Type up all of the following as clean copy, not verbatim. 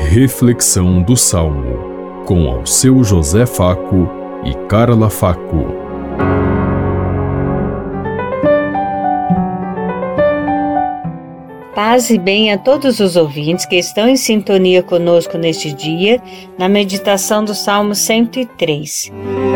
Reflexão do Salmo, com Alceu José Faco e Carla Faco. Paz e bem a todos os ouvintes que estão em sintonia conosco neste dia, na meditação do Salmo 103.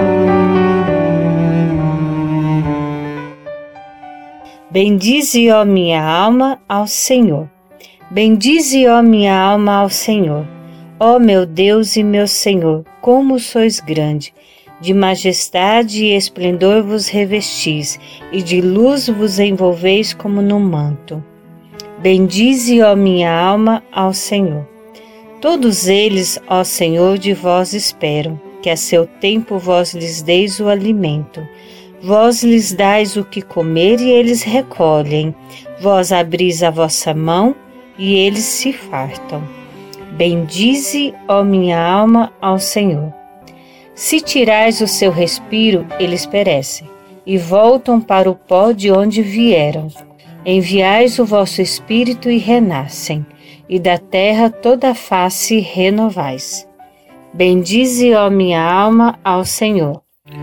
Bendize, ó minha alma, ao Senhor. Bendize, ó minha alma, ao Senhor. Ó meu Deus e meu Senhor, como sois grande! De majestade e esplendor vos revestis, e de luz vos envolveis como num manto. Bendize, ó minha alma, ao Senhor. Todos eles, ó Senhor, de vós esperam, que a seu tempo vós lhes deis o alimento. Vós lhes dais o que comer e eles recolhem. Vós abris a vossa mão e eles se fartam. Bendize, ó minha alma, ao Senhor. Se tirais o seu respiro, eles perecem, e voltam para o pó de onde vieram. Enviais o vosso espírito e renascem, e da terra toda a face renovais. Bendize, ó minha alma, ao Senhor.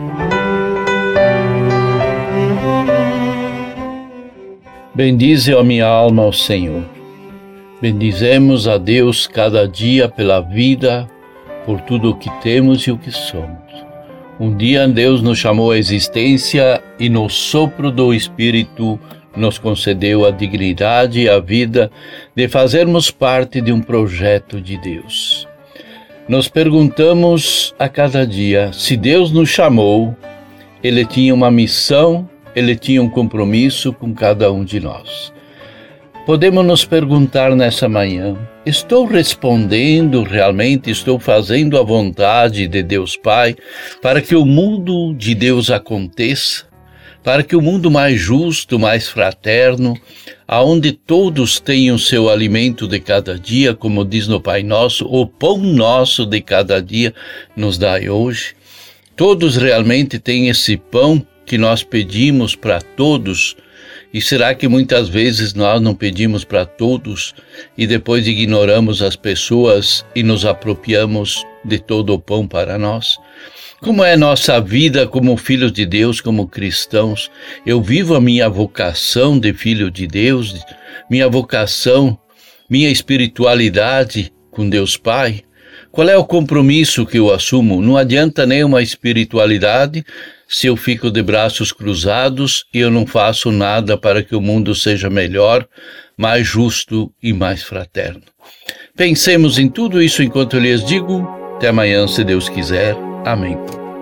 Bendize, ó minha alma, ao Senhor. Bendizemos a Deus cada dia pela vida, por tudo o que temos e o que somos. Um dia Deus nos chamou à existência e no sopro do Espírito nos concedeu a dignidade e a vida de fazermos parte de um projeto de Deus. Nos perguntamos a cada dia, se Deus nos chamou, Ele tinha uma missão, Ele tinha um compromisso com cada um de nós. Podemos nos perguntar nessa manhã, estou respondendo realmente, estou fazendo a vontade de Deus Pai para que o mundo de Deus aconteça? Para que o mundo mais justo, mais fraterno, aonde todos tenham seu alimento de cada dia, como diz no Pai Nosso, o pão nosso de cada dia nos dai hoje. Todos realmente têm esse pão que nós pedimos para todos. E será que muitas vezes nós não pedimos para todos e depois ignoramos as pessoas e nos apropriamos de todo o pão para nós? Como é nossa vida como filhos de Deus, como cristãos? Eu vivo a minha vocação de filho de Deus, minha vocação, minha espiritualidade com Deus Pai? Qual é o compromisso que eu assumo? Não adianta nenhuma espiritualidade se eu fico de braços cruzados e eu não faço nada para que o mundo seja melhor, mais justo e mais fraterno. Pensemos em tudo isso enquanto eu lhes digo. Até amanhã, se Deus quiser. Amém.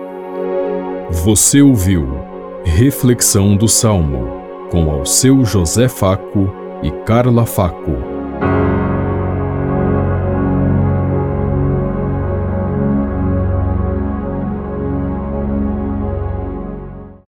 Você ouviu Reflexão do Salmo, com Alceu José Faco e Carla Faco.